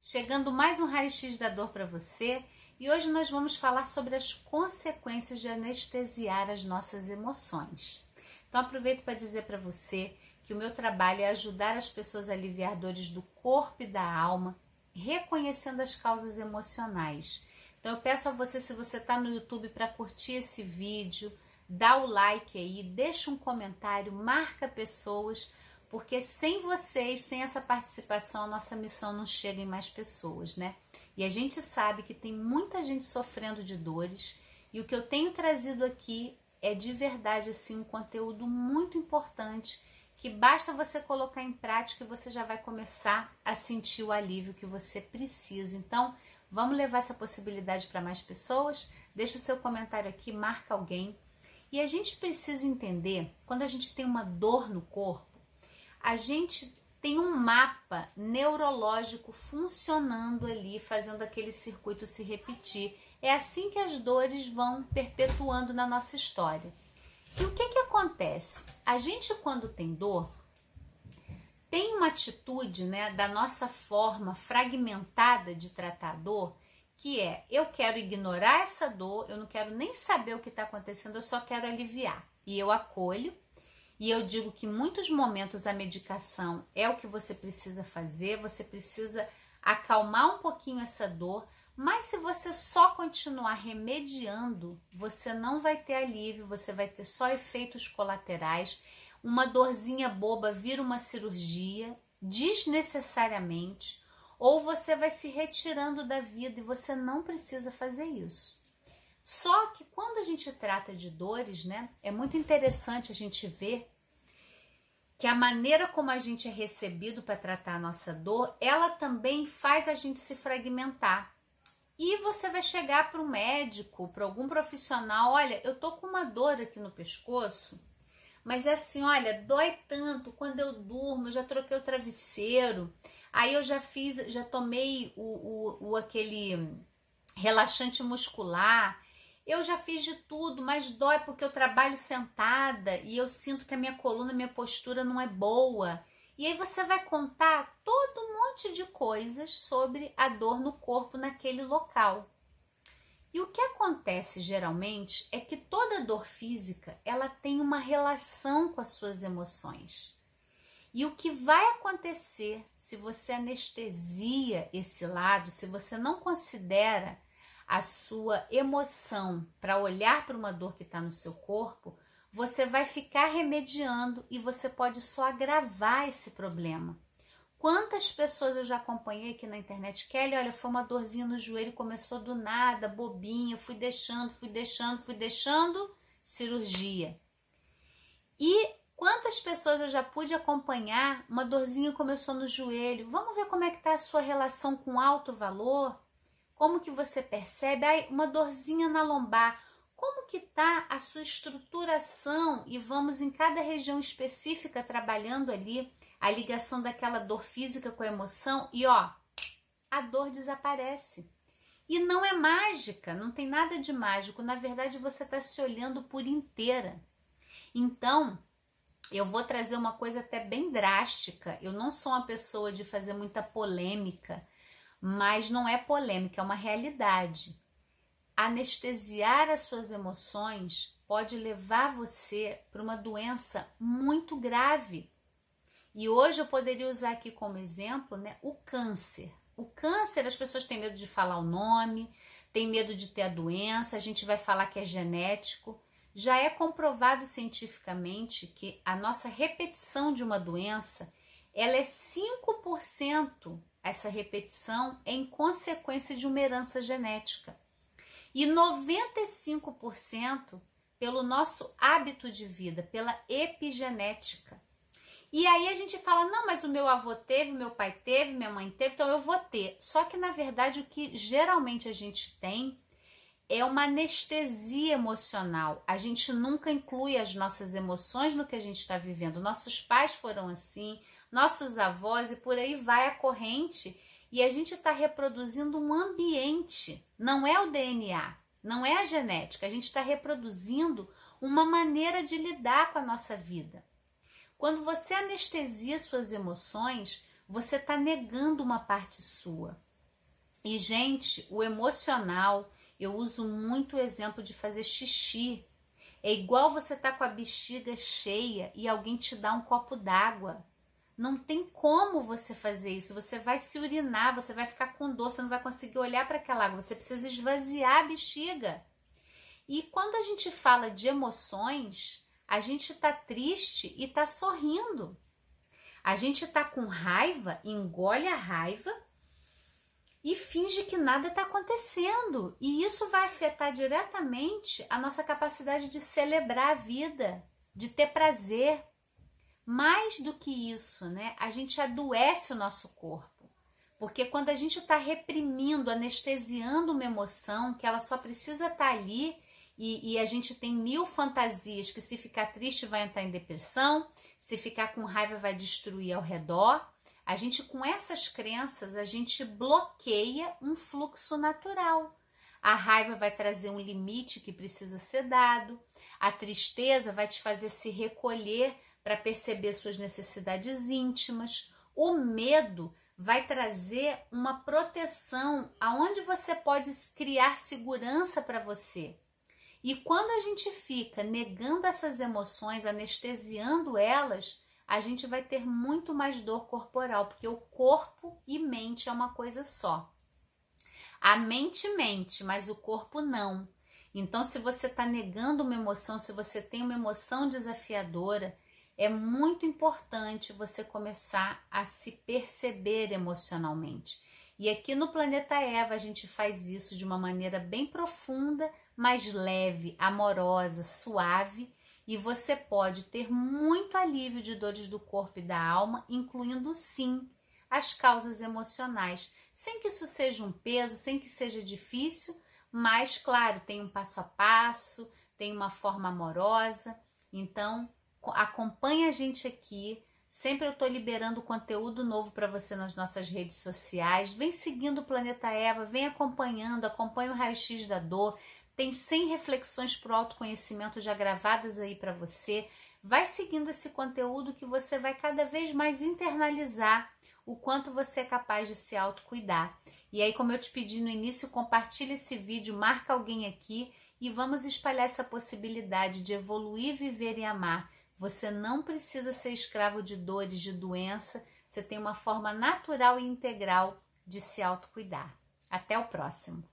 Chegando mais um raio-x da dor para você, e hoje nós vamos falar sobre as consequências de anestesiar as nossas emoções. Então aproveito para dizer para você que o meu trabalho é ajudar as pessoas a aliviar dores do corpo e da alma, reconhecendo as causas emocionais. Então eu peço a você, se você está no YouTube, para curtir esse vídeo, dá o like aí, deixa um comentário, marca pessoas, porque sem vocês, sem essa participação, a nossa missão não chega em mais pessoas, né? E a gente sabe que tem muita gente sofrendo de dores, e o que eu tenho trazido aqui é de verdade assim um conteúdo muito importante, que basta você colocar em prática e você já vai começar a sentir o alívio que você precisa. Então, vamos levar essa possibilidade para mais pessoas? Deixa o seu comentário aqui, marca alguém. E a gente precisa entender, quando a gente tem uma dor no corpo, a gente tem um mapa neurológico funcionando ali, fazendo aquele circuito se repetir. É assim que as dores vão perpetuando na nossa história. E o que acontece? A gente, quando tem dor, tem uma atitude, né, da nossa forma fragmentada de tratar a dor, que é: eu quero ignorar essa dor, eu não quero nem saber o que está acontecendo, eu só quero aliviar. E eu acolho. E eu digo que em muitos momentos a medicação é o que você precisa fazer, você precisa acalmar um pouquinho essa dor, mas se você só continuar remediando, você não vai ter alívio, você vai ter só efeitos colaterais. Uma dorzinha boba vira uma cirurgia desnecessariamente, ou você vai se retirando da vida e você não precisa fazer isso. Só que quando a gente trata de dores, né, é muito interessante a gente ver que a maneira como a gente é recebido para tratar a nossa dor, ela também faz a gente se fragmentar. E você vai chegar para um médico, para algum profissional: olha, eu tô com uma dor aqui no pescoço, mas é assim, olha, dói tanto quando eu durmo, eu já troquei o travesseiro, aí eu já tomei aquele relaxante muscular, eu já fiz de tudo, mas dói porque eu trabalho sentada e eu sinto que a minha coluna, minha postura não é boa. E aí você vai contar todo um monte de coisas sobre a dor no corpo naquele local. E o que acontece geralmente é que toda dor física, ela tem uma relação com as suas emoções. E o que vai acontecer se você anestesia esse lado, se você não considera a sua emoção para olhar para uma dor que está no seu corpo, você vai ficar remediando e você pode só agravar esse problema. Quantas pessoas eu já acompanhei aqui na internet: Kelly, olha, foi uma dorzinha no joelho, começou do nada, bobinha, fui deixando, cirurgia. E quantas pessoas eu já pude acompanhar: uma dorzinha começou no joelho, vamos ver como é que está a sua relação com alto valor? Como que você percebe? Ai, uma dorzinha na lombar, como que está a sua estruturação? E vamos em cada região específica trabalhando ali a ligação daquela dor física com a emoção e ó, a dor desaparece. E não é mágica, não tem nada de mágico, na verdade você está se olhando por inteira. Então, eu vou trazer uma coisa até bem drástica. Eu não sou uma pessoa de fazer muita polêmica, mas não é polêmica, é uma realidade. Anestesiar as suas emoções pode levar você para uma doença muito grave. E hoje eu poderia usar aqui como exemplo, né, o câncer. O câncer, as pessoas têm medo de falar o nome, têm medo de ter a doença, a gente vai falar que é genético. Já é comprovado cientificamente que a nossa repetição de uma doença, ela é 5%. Essa repetição é em consequência de uma herança genética. E 95% pelo nosso hábito de vida, pela epigenética. E aí a gente fala: não, mas o meu avô teve, meu pai teve, minha mãe teve, então eu vou ter. Só que na verdade o que geralmente a gente tem é uma anestesia emocional. A gente nunca inclui as nossas emoções no que a gente está vivendo. Nossos pais foram assim, nossos avós, e por aí vai a corrente. E a gente está reproduzindo um ambiente, não é o DNA, não é a genética. A gente está reproduzindo uma maneira de lidar com a nossa vida. Quando você anestesia suas emoções, você está negando uma parte sua. E, gente, o emocional, eu uso muito o exemplo de fazer xixi. É igual você tá com a bexiga cheia e alguém te dá um copo d'água. Não tem como você fazer isso. Você vai se urinar, você vai ficar com dor, você não vai conseguir olhar para aquela água. Você precisa esvaziar a bexiga. E quando a gente fala de emoções, a gente tá triste e tá sorrindo. A gente tá com raiva, engole a raiva e finge que nada está acontecendo. E isso vai afetar diretamente a nossa capacidade de celebrar a vida, de ter prazer. Mais do que isso, né? A gente adoece o nosso corpo. Porque quando a gente está reprimindo, anestesiando uma emoção, que ela só precisa estar ali, e a gente tem mil fantasias que se ficar triste vai entrar em depressão, se ficar com raiva vai destruir ao redor. A gente, com essas crenças, a gente bloqueia um fluxo natural. A raiva vai trazer um limite que precisa ser dado. A tristeza vai te fazer se recolher para perceber suas necessidades íntimas. O medo vai trazer uma proteção aonde você pode criar segurança para você. E quando a gente fica negando essas emoções, anestesiando elas, a gente vai ter muito mais dor corporal, porque o corpo e mente é uma coisa só. A mente mente, mas o corpo não. Então, se você está negando uma emoção, se você tem uma emoção desafiadora, é muito importante você começar a se perceber emocionalmente. E aqui no Planeta Eva a gente faz isso de uma maneira bem profunda, mais leve, amorosa, suave, e você pode ter muito alívio de dores do corpo e da alma, incluindo sim as causas emocionais, sem que isso seja um peso, sem que seja difícil, mas claro, tem um passo a passo, tem uma forma amorosa. Então acompanha a gente aqui. Sempre eu tô liberando conteúdo novo para você nas nossas redes sociais. Vem seguindo o Planeta Eva, vem acompanhando, acompanha o Raio-X da Dor. Tem 100 reflexões pro autoconhecimento já gravadas aí para você. Vai seguindo esse conteúdo que você vai cada vez mais internalizar o quanto você é capaz de se autocuidar. E aí, como eu te pedi no início, compartilha esse vídeo, marca alguém aqui e vamos espalhar essa possibilidade de evoluir, viver e amar. Você não precisa ser escravo de dores, de doença. Você tem uma forma natural e integral de se autocuidar. Até o próximo!